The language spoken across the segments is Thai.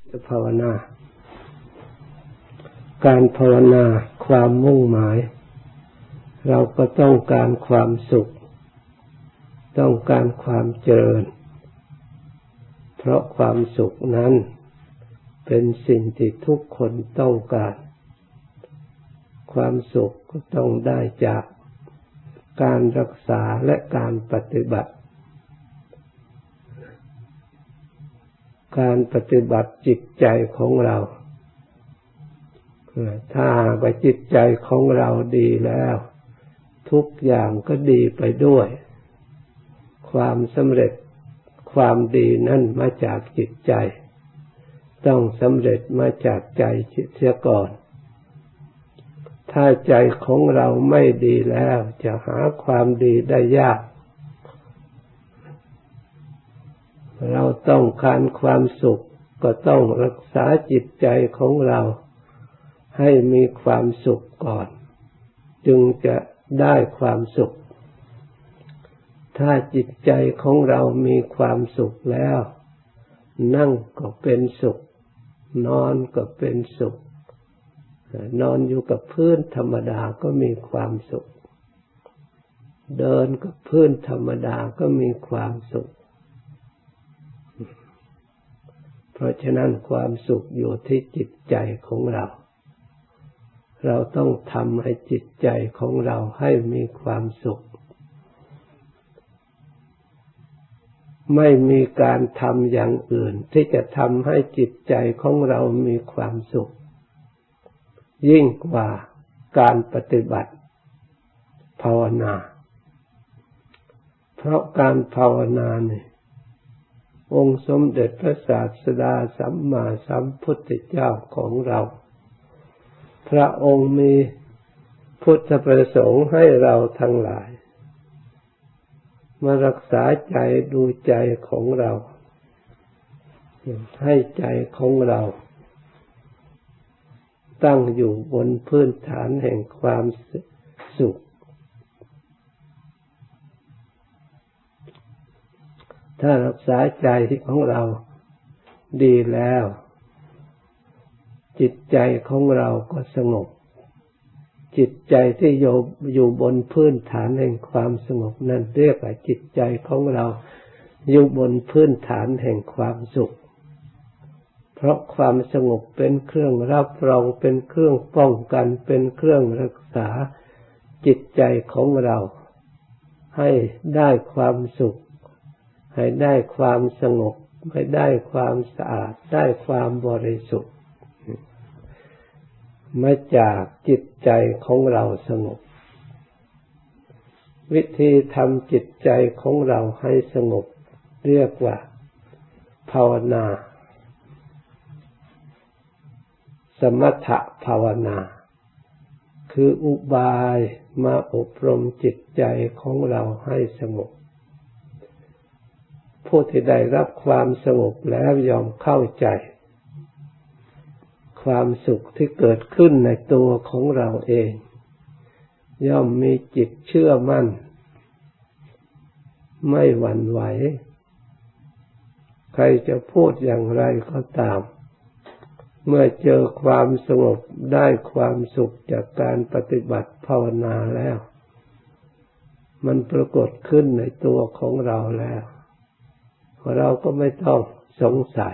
ภาวนาการภาวนาความมุ่งหมายเราก็ต้องการความสุขต้องการความเจริญเพราะความสุขนั้นเป็นสิ่งที่ทุกคนต้องการความสุขก็ต้องได้จากการรักษาและการปฏิบัติจิตใจของเราถ้าว่าจิตใจของเราดีแล้วทุกอย่างก็ดีไปด้วยความสำเร็จความดีนั้นมาจากจิตใจต้องสำเร็จมาจากใจเสียก่อนถ้าใจของเราไม่ดีแล้วจะหาความดีได้ยากเราต้องการความสุขก็ต้องรักษาจิตใจของเราให้มีความสุขก่อนจึงจะได้ความสุขถ้าจิตใจของเรามีความสุขแล้วนั่งก็เป็นสุขนอนก็เป็นสุขนอนอยู่กับพื้นธรรมดาก็มีความสุขเดินกับพื้นธรรมดาก็มีความสุขเพราะฉะนั้นความสุขอยู่ที่จิตใจของเราเราต้องทำให้จิตใจของเราให้มีความสุขไม่มีการทำอย่างอื่นที่จะทำให้จิตใจของเรามีความสุขยิ่งกว่าการปฏิบัติภาวนาเพราะการภาวนาเนี่ยองค์สมเด็จพระศาสดาสัมมาสัมพุทธเจ้าของเราพระองค์มีพุทธประสงค์ให้เราทั้งหลายมารักษาใจดูใจของเราให้ใจของเราตั้งอยู่บนพื้นฐานแห่งความสุขถ้ารักษาใจของเราดีแล้วจิตใจของเราก็สงบจิตใจที่อยู่บนพื้นฐานแห่งความสงบนั่นเรียกว่าจิตใจของเราอยู่บนพื้นฐานแห่งความสุขเพราะความสงบเป็นเครื่องรับรองเป็นเครื่องป้องกันเป็นเครื่องรักษาจิตใจของเราให้ได้ความสุขให้ได้ความสงบให้ได้ความสะอาดได้ความบริสุทธิ์มาจากจิตใจของเราสงบวิธีทำจิตใจของเราให้สงบเรียกว่าภาวนาสมถภาวนาคืออุบายมาอบรมจิตใจของเราให้สงบผู้ที่ได้รับความสงบแล้วยอมเข้าใจความสุขที่เกิดขึ้นในตัวของเราเองย่อมมีจิตเชื่อมั่นไม่หวั่นไหวใครจะพูดอย่างไรก็ตามเมื่อเจอความสงบได้ความสุขจากการปฏิบัติภาวนาแล้วมันปรากฏขึ้นในตัวของเราแล้วเราก็ไม่ต้องสงสัย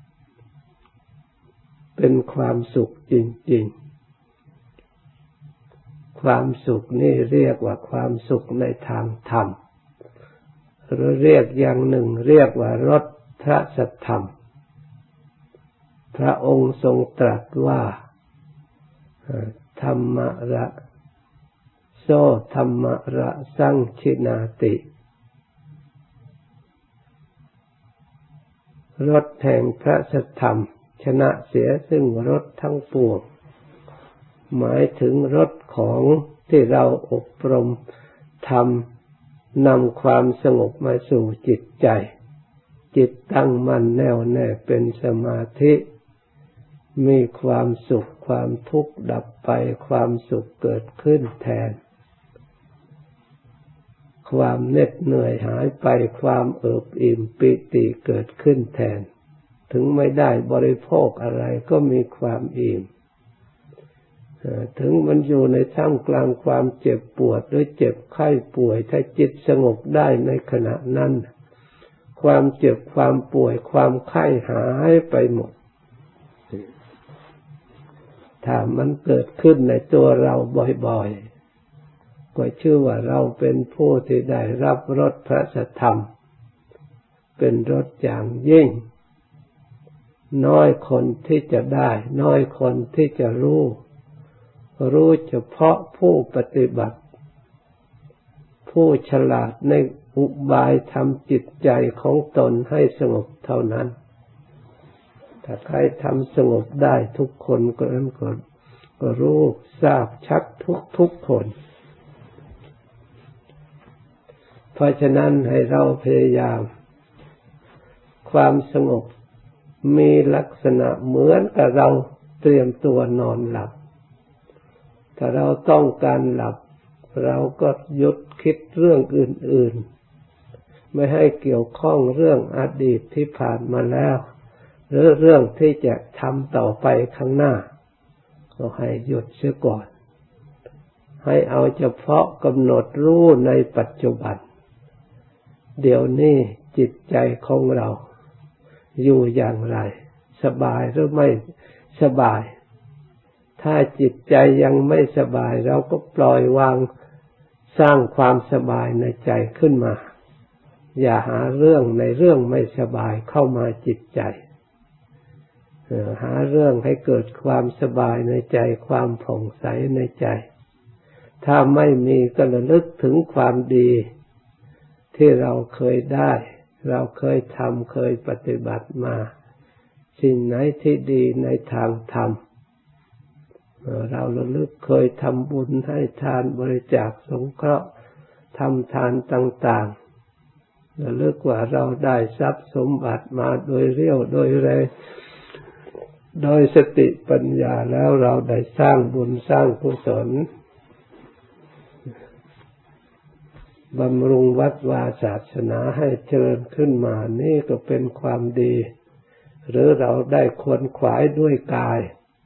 เป็นความสุขจริงๆความสุขนี่เรียกว่าความสุขในทางธรรมหรือเรียกอย่างหนึ่งเรียกว่ารสพระสัทธรรมพระองค์ทรงตรัสว่าธรรมระโสธรรมระสังชินาติรสแห่งพระสัทธรรมชนะเสียซึ่งรสทั้งปวงหมายถึงรสของที่เราอบรมทำนำความสงบมาสู่จิตใจจิตตั้งมั่นแน่วแน่เป็นสมาธิมีความสุขความทุกข์ดับไปความสุขเกิดขึ้นแทนความเหน็ดเหนื่อยหายไปความเอิบอิ่มปิติเกิดขึ้นแทนถึงไม่ได้บริโภคอะไรก็มีความอิ่มถึงมันอยู่ในท่ามกลางความเจ็บปวดหรือเจ็บไข้ป่วยถ้าจิตสงบได้ในขณะนั้นความเจ็บความป่วยความไข้หายไปหมดถ้ามันเกิดขึ้นในตัวเราบ่อยๆก็ชื่อว่าเราเป็นผู้ที่ได้รับรสพระสัทธรรมเป็นรสอย่างยิ่งน้อยคนที่จะได้น้อยคนที่จะรู้เฉพาะผู้ปฏิบัติผู้ฉลาดในอุบายทำจิตใจของตนให้สงบเท่านั้นถ้าใครทำสงบได้ทุกคนก็รู้ทราบชัดทุกคนเพราะฉะนั้นให้เราพยายามความสงบมีลักษณะเหมือนกับเราเตรียมตัวนอนหลับถ้าเราต้องการหลับเราก็หยุดคิดเรื่องอื่นๆไม่ให้เกี่ยวข้องเรื่องอดีตที่ผ่านมาแล้วหรือเรื่องที่จะทำต่อไปข้างหน้าก็ให้หยุดเสียก่อนให้เอาเฉพาะกำหนดรู้ในปัจจุบันเดี๋ยวนี้จิตใจของเราอยู่อย่างไรสบายหรือไม่สบายถ้าจิตใจยังไม่สบายเราก็ปล่อยวางสร้างความสบายในใจขึ้นมาอย่าหาเรื่องในเรื่องไม่สบายเข้ามาจิตใจหาเรื่องให้เกิดความสบายในใจความผ่องใสในใจถ้าไม่มีก็ระลึกถึงความดีที่เราเคยได้เราเคยทำเคยปฏิบัติมาสิ่งไหนที่ดีในทางธรรมเราระลึกเคยทำบุญให้ทานบริจาคสงเคราะห์ทำทานต่างๆระลึกว่าเราได้ทรัพย์สมบัติมาโดยเรี่ยวโดยแรงโดยสติปัญญาแล้วเราได้สร้างบุญสร้างกุศลบำรุงวัดวาศาสนาให้เจริญขึ้นมานี่ก็เป็นความดีหรือเราได้ขวนขวายด้วยกาย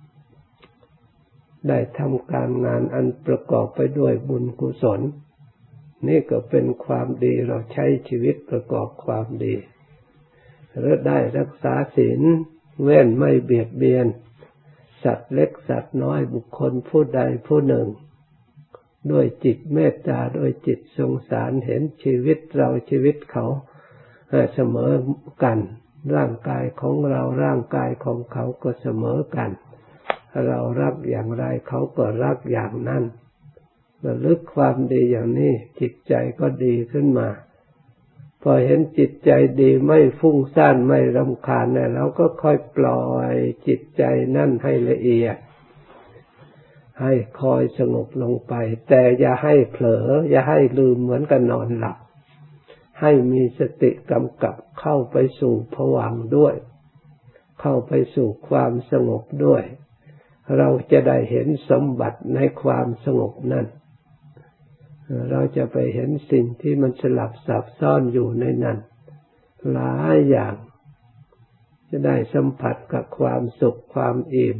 ได้ทำการงานอันประกอบไปด้วยบุญกุศลนี่ก็เป็นความดีเราใช้ชีวิตประกอบความดีหรือได้รักษาศีลเว้นไม่เบียดเบียนสัตว์เล็กสัตว์น้อยบุคคลผู้ใดผู้หนึ่งด้วยจิตเมตตาด้วยจิตสงสารเห็นชีวิตเราชีวิตเขาเสมอกันร่างกายของเราร่างกายของเขาก็เสมอกันเรารักอย่างไรเขาก็รักอย่างนั้นระลึกความดีอย่างนี้จิตใจก็ดีขึ้นมาพอเห็นจิตใจดีไม่ฟุ้งซ่านไม่รำคาญเนี่ยเราก็ค่อยปล่อยจิตใจนั่นให้ละเอียดให้คอยสงบลงไปแต่อย่าให้เผลออย่าให้ลืมเหมือนกับนอนหลับให้มีสติกำกับเข้าไปสู่ภวังค์ด้วยเข้าไปสู่ความสงบด้วยเราจะได้เห็นสมบัติในความสงบนั้นเราจะไปเห็นสิ่งที่มันสลับซับซ้อนอยู่ในนั้นหลายอย่างจะได้สัมผัสกับความสุขความอิ่ม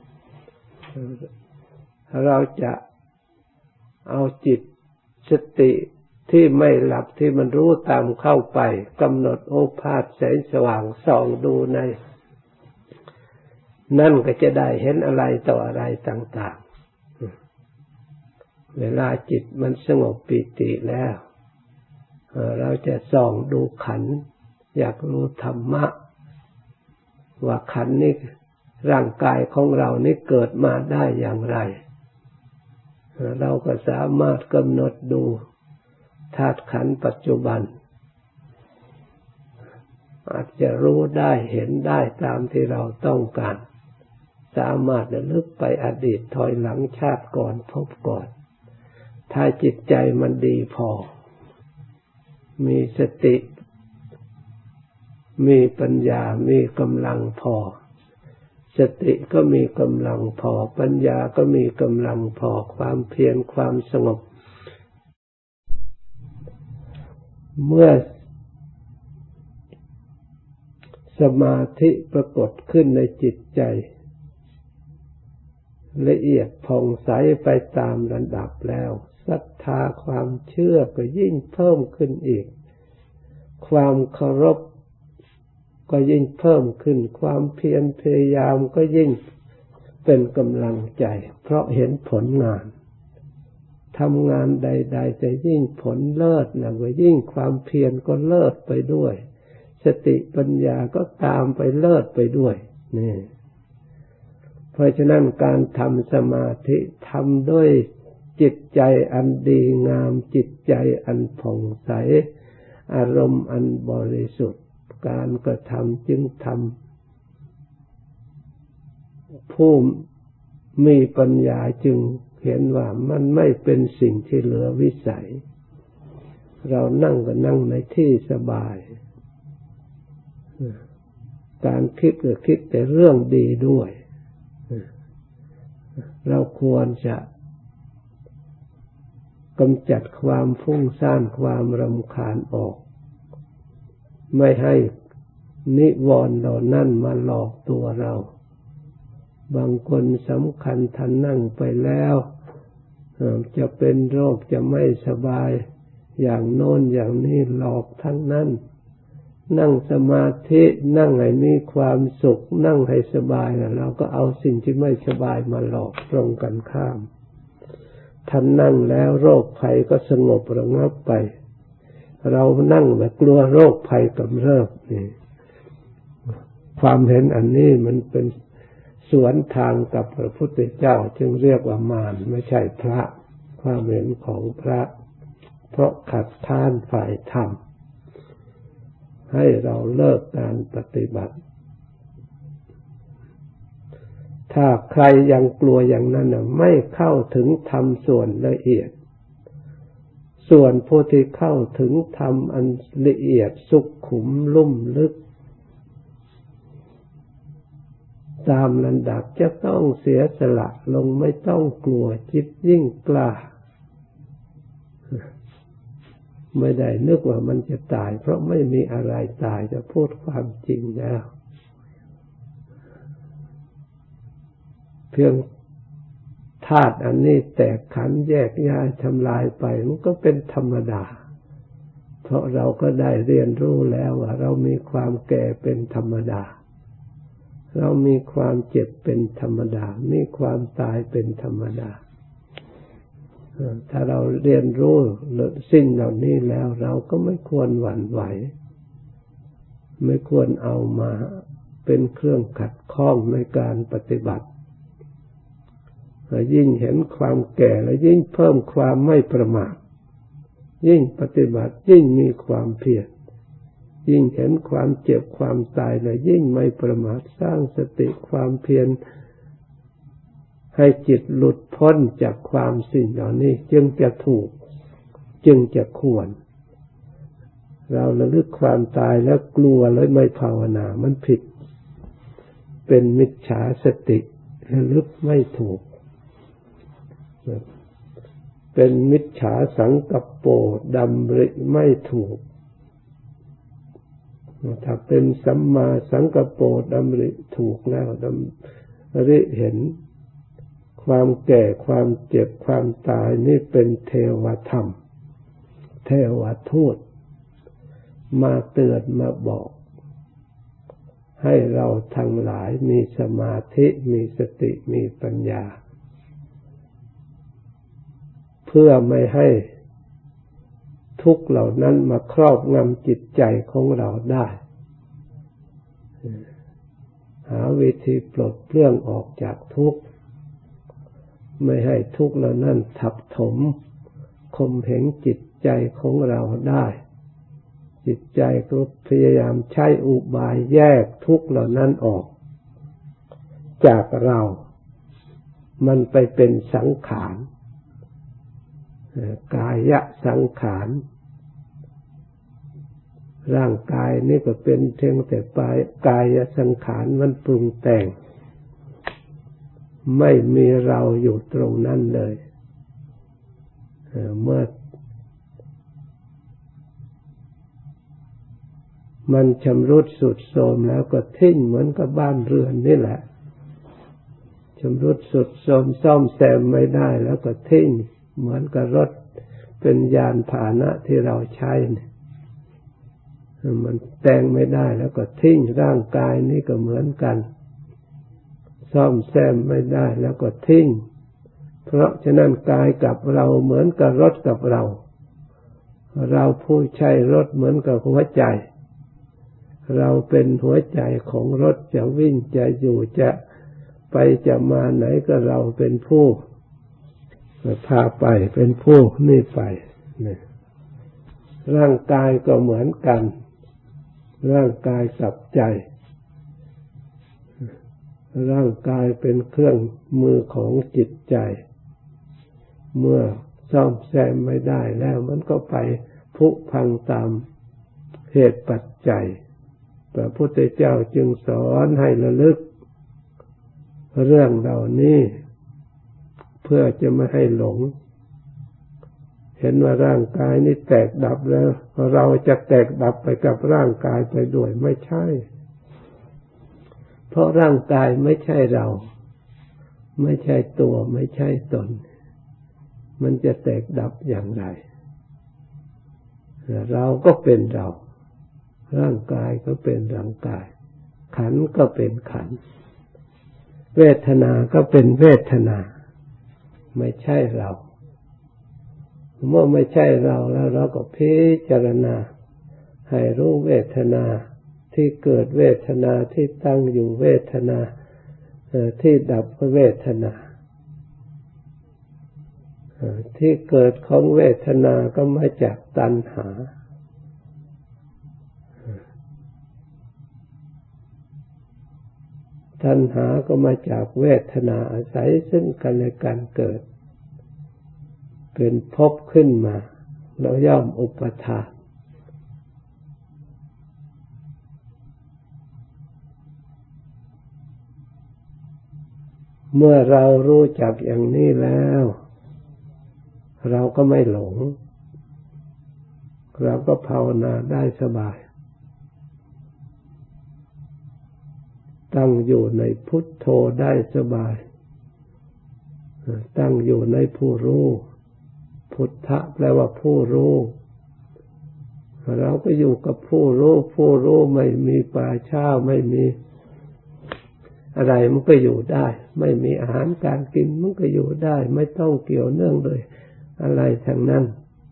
เราจะเอาจิตสติที่ไม่หลับที่มันรู้ตามเข้าไปกำหนดโอภาสแสงสว่างส่องดูในนั่นก็จะได้เห็นอะไรต่ออะไรต่างๆเวลาจิตมันสงบปิติแล้วเราจะส่องดูขันธ์อยากรู้ธรรมะว่าขันธ์นี้ร่างกายของเรานี่เกิดมาได้อย่างไรเราก็สามารถกำหนดดูธาตุขันธ์ปัจจุบันอาจจะรู้ได้เห็นได้ตามที่เราต้องการสามารถระลึกไปอดีตถอยหลังชาติก่อนพบก่อนถ้าจิตใจมันดีพอมีสติมีปัญญามีกำลังพอสติก็มีกำลังพอปัญญาก็มีกำลังพอความเพียรความสงบเมื่อสมาธิปรากฏขึ้นในจิตใจละเอียดผ่องใสไปตามระดับแล้วศรัทธาความเชื่อก็ยิ่งเพิ่มขึ้นอีกความเคารพก็ยิ่งเพิ่มขึ้นความเพียรพยายามก็ยิ่งเป็นกำลังใจเพราะเห็นผลงานทำงานใดๆจะยิ่งผลเลิศนะก็ยิ่งความเพียรก็เลิศไปด้วยสติปัญญาก็ตามไปเลิศไปด้วยนี่เพราะฉะนั้นการทำสมาธิทำด้วยจิตใจอันดีงามจิตใจอันผ่องใสอารมณ์อันบริสุทธิ์การกระทำจึงทำผู้มีปัญญาจึงเห็นว่ามันไม่เป็นสิ่งที่เหลือวิสัยเรานั่งก็นั่งในที่สบายการคิดก็คิดแต่เรื่องดีด้วยเราควรจะกำจัดความฟุ้งซ่านความรำคาญออกไม่ให้นิวรณ์เหล่านั้นมาหลอกตัวเราบางคนสำคัญท่านนั่งไปแล้วจะเป็นโรคจะไม่สบายอย่างโน้นอย่างนี้หลอกทั้งนั้นนั่งสมาธินั่งให้มีความสุขนั่งให้สบายเราก็เอาสิ่งที่ไม่สบายมาหลอกตรงกันข้ามท่านนั่งแล้วโรคภัยก็สงบระงับไปเรานั่งแบบกลัวโรคภัยกำเริบนี่ความเห็นอันนี้มันเป็นสวนทางกับพระพุทธเจ้าจึงเรียกว่ามารไม่ใช่พระความเห็นของพระเพราะขัดข้านฝ่ายธรรมให้เราเลิกการปฏิบัติถ้าใครยังกลัวอย่างนั้นไม่เข้าถึงธรรมส่วนละเอียดส่วนผู้ที่เข้าถึงธรรมอันละเอียดสุขุมลุ่มลึกตามลำดับจะต้องเสียสละลงไม่ต้องกลัวจิตยิ่งกล้าไม่ได้นึกว่ามันจะตายเพราะไม่มีอะไรตายจะพูดความจริงแล้วเพียงธาตุอันนี้แตกขันธ์แยกย้ายทำลายไปมันก็เป็นธรรมดาเพราะเราก็ได้เรียนรู้แล้วว่าเรามีความแก่เป็นธรรมดาเรามีความเจ็บเป็นธรรมดามีความตายเป็นธรรมดาถ้าเราเรียนรู้สิ่งเหล่านี้แล้วเราก็ไม่ควรหวั่นไหวไม่ควรเอามาเป็นเครื่องขัดข้องในการปฏิบัติยิ่งเห็นความแก่แล้วยิ่งเพิ่มความไม่ประมาทยิ่งปฏิบัติยิ่งมีความเพียรยิ่งเห็นความเจ็บความตายแล้วยิ่งไม่ประมาทสร้างสติความเพียรให้จิตหลุดพ้นจากความสิ่งเหล่านี้จึงจะถูกจึงจะควรเราระลึกความตายแล้วกลัวแล้วไม่ภาวนามันผิดเป็นมิจฉาสติระลึกไม่ถูกเป็นมิจฉาสังกัปโปดำริไม่ถูกถ้าเป็นสัมมาสังกัปโปดำริถูกแล้วดำริเห็นความแก่ความเจ็บความตายนี่เป็นเทวธรรมเทวทูตมาเตือนมาบอกให้เราทั้งหลายมีสมาธิมีสติมีปัญญาเพื่อไม่ให้ทุกข์เหล่านั้นมาครอบงำจิตใจของเราได้หาวิธีปลดเปลื้องออกจากทุกข์ไม่ให้ทุกข์เหล่านั้นทับถมข่มเหงจิตใจของเราได้จิตใจก็พยายามใช้อุบายแยกทุกข์เหล่านั้นออกจากเรามันไปเป็นสังขารกายสังขารร่างกายนี่ก็เป็นเพียงแต่กายสังขารมันปรุงแต่งไม่มีเราอยู่ตรงนั้นเลยเมื่อมันชำรุดทรุดโทรมแล้วก็ทิ้งเหมือนกับบ้านเรือนนี่แหละชำรุดทรุดโทรมซ่อมแซมไม่ได้แล้วก็ทิ้งเหมือนกับรถเป็นยานพาหนะที่เราใช้เนี่ยมันแต่งไม่ได้แล้วก็ทิ้งร่างกายนี่ก็เหมือนกันซ่อมแซมไม่ได้แล้วก็ทิ้งเพราะฉะนั้นกายกับเราเหมือนกับรถกับเราผู้ใช้รถเหมือนกับหัวใจเราเป็นหัวใจของรถจะวิ่งจะอยู่จะไปจะมาไหนก็เราเป็นผู้พาไปเป็นผู้นี่ไปเนี่ยร่างกายก็เหมือนกันร่างกายกับใจร่างกายเป็นเครื่องมือของจิตใจเมื่อซ่อมแซมไม่ได้แล้วมันก็ไปผุพังตามเหตุปัจจัยพระพุทธเจ้าจึงสอนให้ระลึกเรื่องเหล่านี้เพื่อจะไม่ให้หลงเห็นว่าร่างกายนี้แตกดับแล้วเราจะแตกดับไปกับร่างกายไปด้วยไม่ใช่เพราะร่างกายไม่ใช่เราไม่ใช่ตัวไม่ใช่ตนมันจะแตกดับอย่างไรเราก็เป็นเราร่างกายก็เป็นร่างกายขันธ์ก็เป็นขันธ์เวทนาก็เป็นเวทนาไม่ใช่เราเมื่อไม่ใช่เราแล้วเราก็พิจารณาให้รู้เวทนาที่เกิดเวทนาที่ตั้งอยู่เวทนาที่ดับเวทนาที่เกิดของเวทนาก็มาจากตัณหาตัณหาก็มาจากเวทนาอาศัยซึ่งกันและกันเกิดเป็นภพขึ้นมาเราย่อมอุปทานเมื่อเรารู้จักอย่างนี้แล้วเราก็ไม่หลงเราก็ภาวนาได้สบายตั้งอยู่ในพุทโธได้สบายตั้งอยู่ในผู้รู้พุทธะแปลว่าผู้รู้เราก็อยู่กับผู้รู้ไม่มีป่าช้าไม่มีอะไรมันก็อยู่ได้ไม่มีอาหารการกินมันก็อยู่ได้ไม่ต้องเกี่ยวเนื่องเลยอะไรทั้งนั้น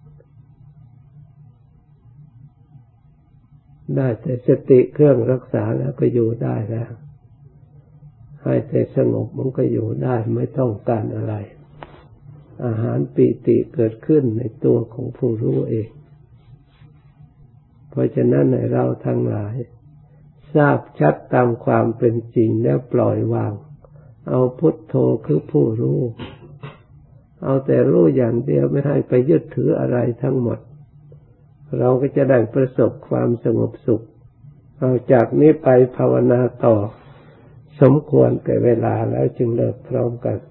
ได้แต่สติเครื่องรักษาแล้วก็อยู่ได้แล้วให้แต่สงบมันก็อยู่ได้ไม่ต้องการอะไรอาหารปิติเกิดขึ้นในตัวของผู้รู้เองเพราะฉะนั้นให้เราทั้งหลายทราบชัดตามความเป็นจริงแล้วปล่อยวางเอาพุทโธคือผู้รู้เอาแต่รู้อย่างเดียวไม่ให้ไปยึดถืออะไรทั้งหมดเราก็จะได้ประสบความสงบสุขเอาจากนี้ไปภาวนาต่อสมควรแก่เวลาแล้วจึงเลิกพร้อมกัน